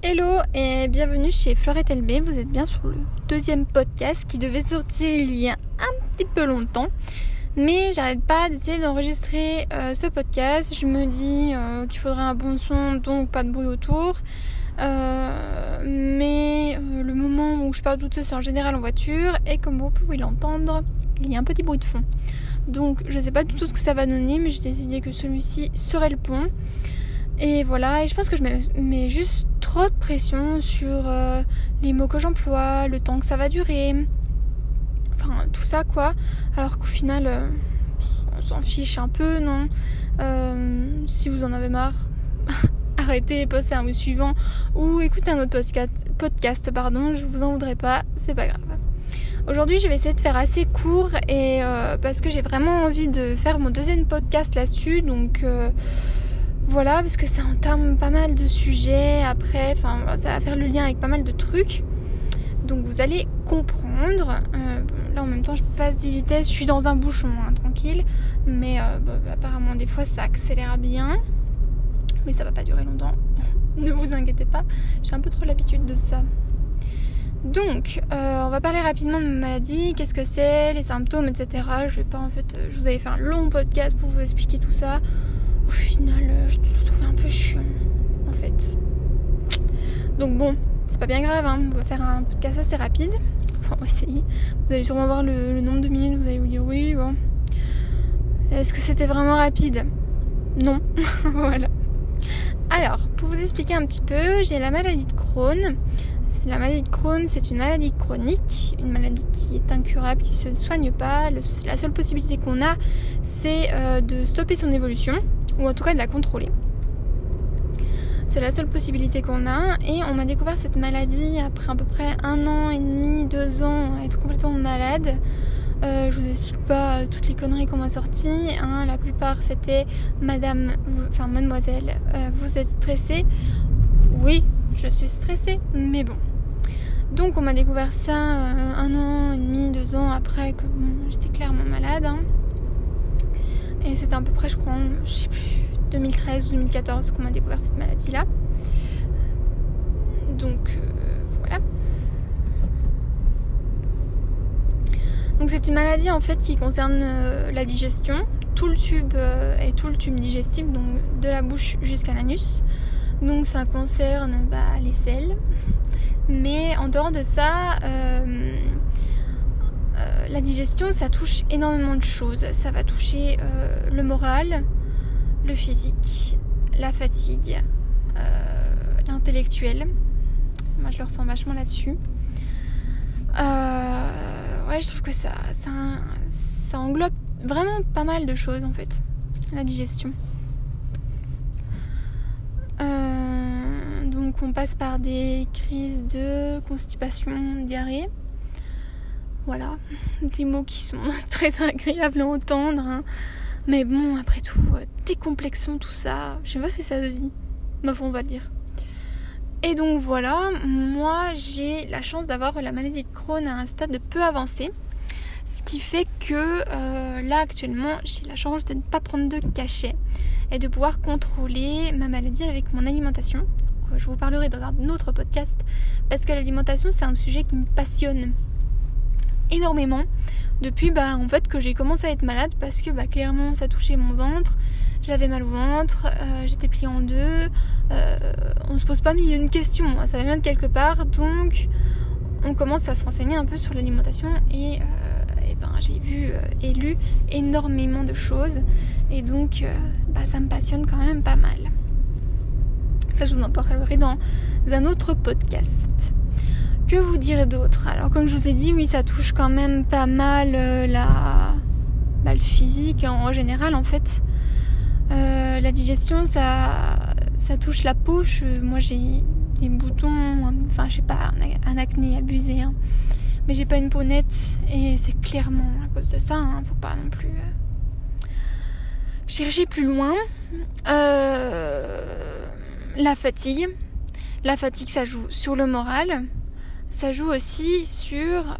Hello et bienvenue chez Fleurette LB, vous êtes bien sur le deuxième podcast qui devait sortir il y a un petit peu longtemps. Mais j'arrête pas d'essayer d'enregistrer ce podcast, je me dis qu'il faudrait un bon son, donc pas de bruit autour. Mais le moment où je parle toute seule, c'est en général en voiture et comme vous pouvez l'entendre, il y a un petit bruit de fond. Donc je sais pas du tout ce que ça va donner, mais j'ai décidé que celui-ci serait le pont. Et voilà, et je pense que je mets juste trop de pression sur les mots que j'emploie, le temps que ça va durer, enfin tout ça quoi, alors qu'au final on s'en fiche un peu, non? Si vous en avez marre, arrêtez, passez à un mot suivant ou écoutez un autre podcast, je vous en voudrais pas, c'est pas grave. Aujourd'hui je vais essayer de faire assez court et parce que j'ai vraiment envie de faire mon deuxième podcast là-dessus, donc voilà, parce que ça entame pas mal de sujets après, enfin ça va faire le lien avec pas mal de trucs, donc vous allez comprendre. Là en même temps je passe des vitesses, je suis dans un bouchon, tranquille, mais apparemment des fois ça accélère bien, mais ça va pas durer longtemps, ne vous inquiétez pas, j'ai un peu trop l'habitude de ça. Donc on va parler rapidement de ma maladie, qu'est-ce que c'est, les symptômes, etc. Je vous avais fait un long podcast pour vous expliquer tout ça. Au final, je le trouvais un peu chiant, en fait. Donc bon, c'est pas bien grave, on va faire un podcast assez rapide. Enfin, on va essayer. Vous allez sûrement voir le nombre de minutes, vous allez vous dire oui, bon. Est-ce que c'était vraiment rapide ? Non. Voilà. Alors, pour vous expliquer un petit peu, j'ai la maladie de Crohn. La maladie de Crohn, c'est une maladie chronique, une maladie qui est incurable, qui ne se soigne pas. La seule possibilité qu'on a, c'est de stopper son évolution, ou en tout cas de la contrôler. C'est la seule possibilité qu'on a, et on m'a découvert cette maladie après à peu près 1 an et demi, 2 ans à être complètement malade. Je vous explique pas toutes les conneries qu'on m'a sorties, la plupart c'était mademoiselle, vous êtes stressée. Oui, je suis stressée, mais bon. Donc on m'a découvert ça 1 an et demi, 2 ans après que j'étais clairement malade. Et c'était à peu près, je crois, je sais plus, 2013 ou 2014 qu'on m'a découvert cette maladie-là. Donc voilà. Donc c'est une maladie en fait qui concerne la digestion, tout le tube et tout le tube digestif, donc de la bouche jusqu'à l'anus. Donc ça concerne les selles. Mais en dehors de ça, la digestion, ça touche énormément de choses. Ça va toucher le moral, le physique, la fatigue, l'intellectuel. Moi, je le ressens vachement là-dessus. Ouais, je trouve que ça englobe vraiment pas mal de choses, en fait, la digestion. Donc on passe par des crises de constipation, diarrhée. Voilà, des mots qui sont très agréables à entendre. Mais bon, après tout, décomplexons tout ça. Je sais pas si ça se dit. Mais on va le dire. Et donc voilà, moi j'ai la chance d'avoir la maladie de Crohn à un stade peu avancé. Ce qui fait que là actuellement j'ai la chance de ne pas prendre de cachet et de pouvoir contrôler ma maladie avec mon alimentation. Donc, je vous parlerai dans un autre podcast parce que l'alimentation c'est un sujet qui me passionne énormément depuis en fait que j'ai commencé à être malade parce que clairement ça touchait mon ventre, j'avais mal au ventre, j'étais pliée en deux, on se pose pas mille et une questions, ça vient de quelque part, donc on commence à se renseigner un peu sur l'alimentation et j'ai vu et lu énormément de choses et donc ça me passionne quand même pas mal. Ça je vous en parlerai dans un autre podcast. Que vous dire d'autre ? Alors comme je vous ai dit, oui ça touche quand même pas mal le physique en général en fait. La digestion ça touche la peau, moi j'ai des boutons, enfin je sais pas, un acné abusé mais j'ai pas une peau nette et c'est clairement à cause de ça, faut pas non plus chercher plus loin. La fatigue ça joue sur le moral, ça joue aussi sur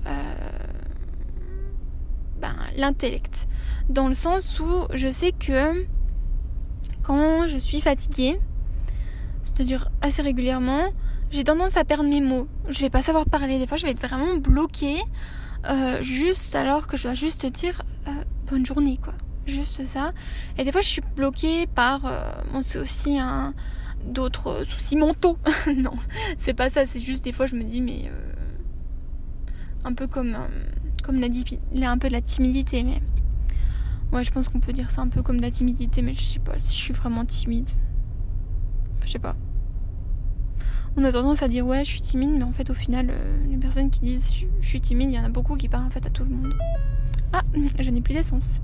l'intellect, dans le sens où je sais que quand je suis fatiguée, c'est-à-dire assez régulièrement, j'ai tendance à perdre mes mots. Je vais pas savoir parler, des fois je vais être vraiment bloquée, juste alors que je dois juste dire bonne journée, quoi. Juste ça. Et des fois je suis bloquée par c'est aussi d'autres soucis mentaux. Non, c'est pas ça, c'est juste des fois je me dis mais un peu comme un peu de la timidité, mais ouais, je pense qu'on peut dire ça un peu comme de la timidité, mais je sais pas si je suis vraiment timide. Enfin, je sais pas. On a tendance à dire ouais, je suis timide, mais en fait au final les personnes qui disent je suis timide, il y en a beaucoup qui parlent en fait à tout le monde. Ah, je n'ai plus d'essence.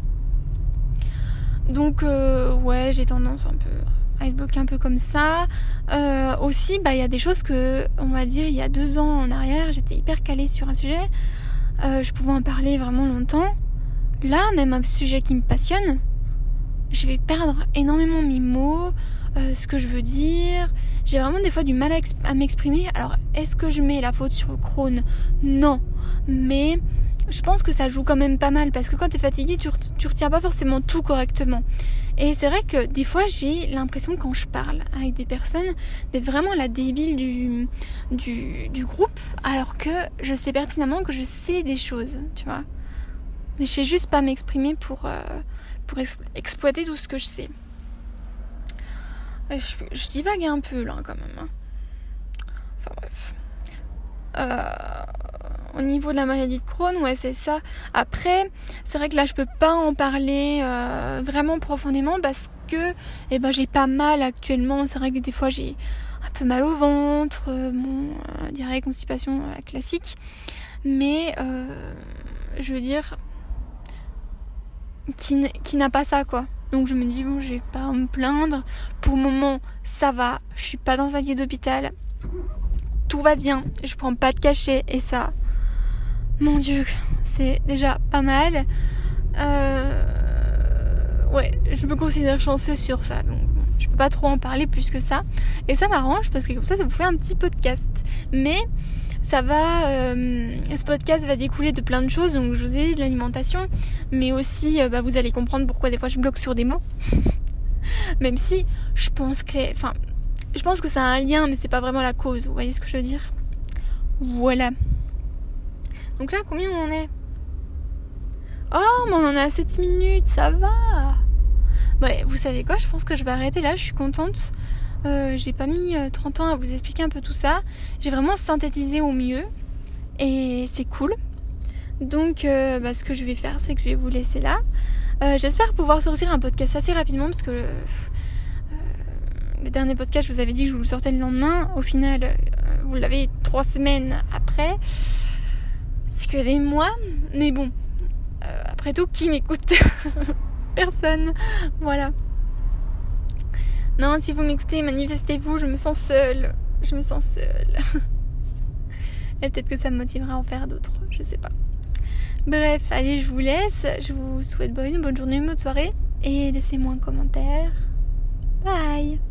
Donc ouais, j'ai tendance un peu à être bloquée un peu comme ça. Aussi, il y a des choses que, on va dire, il y a 2 ans en arrière, j'étais hyper calée sur un sujet. Je pouvais en parler vraiment longtemps. Là, même un sujet qui me passionne, je vais perdre énormément mes mots, ce que je veux dire. J'ai vraiment des fois du mal à m'exprimer. Alors, est-ce que je mets la faute sur le Crohn ? Non. Mais je pense que ça joue quand même pas mal, parce que quand t'es fatigué, tu retiens pas forcément tout correctement. Et c'est vrai que des fois, j'ai l'impression quand je parle avec des personnes d'être vraiment la débile du groupe, alors que je sais pertinemment que je sais des choses, tu vois. Mais je sais juste pas m'exprimer pour exploiter tout ce que je sais. Je divague un peu là quand même. Enfin bref. Au niveau de la maladie de Crohn, ouais, c'est ça. Après, c'est vrai que là je peux pas en parler vraiment profondément parce que j'ai pas mal actuellement. C'est vrai que des fois j'ai un peu mal au ventre, diarrhée, constipation classique. Mais je veux dire, qui n'a pas ça, quoi. Donc je me dis bon, je vais pas me plaindre. Pour le moment, ça va. Je suis pas dans un lit d'hôpital. Tout va bien. Je prends pas de cachet et ça, mon Dieu, c'est déjà pas mal. Ouais, je me considère chanceuse sur ça. Donc bon, je peux pas trop en parler plus que ça. Et ça m'arrange parce que comme ça vous fait un petit podcast. Mais ça va, ce podcast va découler de plein de choses. Donc je vous ai dit de l'alimentation, mais aussi vous allez comprendre pourquoi des fois je bloque sur des mots. Même si je pense que ça a un lien, mais c'est pas vraiment la cause. Vous voyez ce que je veux dire ? Voilà. Donc là, combien on en est ? Oh, mais on en est à 7 minutes, ça va. Ouais, vous savez quoi ? Je pense que je vais arrêter là, je suis contente. J'ai pas mis 30 ans à vous expliquer un peu tout ça. J'ai vraiment synthétisé au mieux. Et c'est cool. Donc, ce que je vais faire, c'est que je vais vous laisser là. J'espère pouvoir sortir un podcast assez rapidement parce que le dernier podcast, je vous avais dit que je vous le sortais le lendemain. Au final, vous l'avez 3 semaines après. Excusez-moi, mais bon, après tout, qui m'écoute ? Personne, voilà. Non, si vous m'écoutez, manifestez-vous, je me sens seule. Et peut-être que ça me motivera à en faire d'autres, je sais pas. Bref, allez, je vous laisse. Je vous souhaite bonne journée, bonne soirée. Et laissez-moi un commentaire. Bye.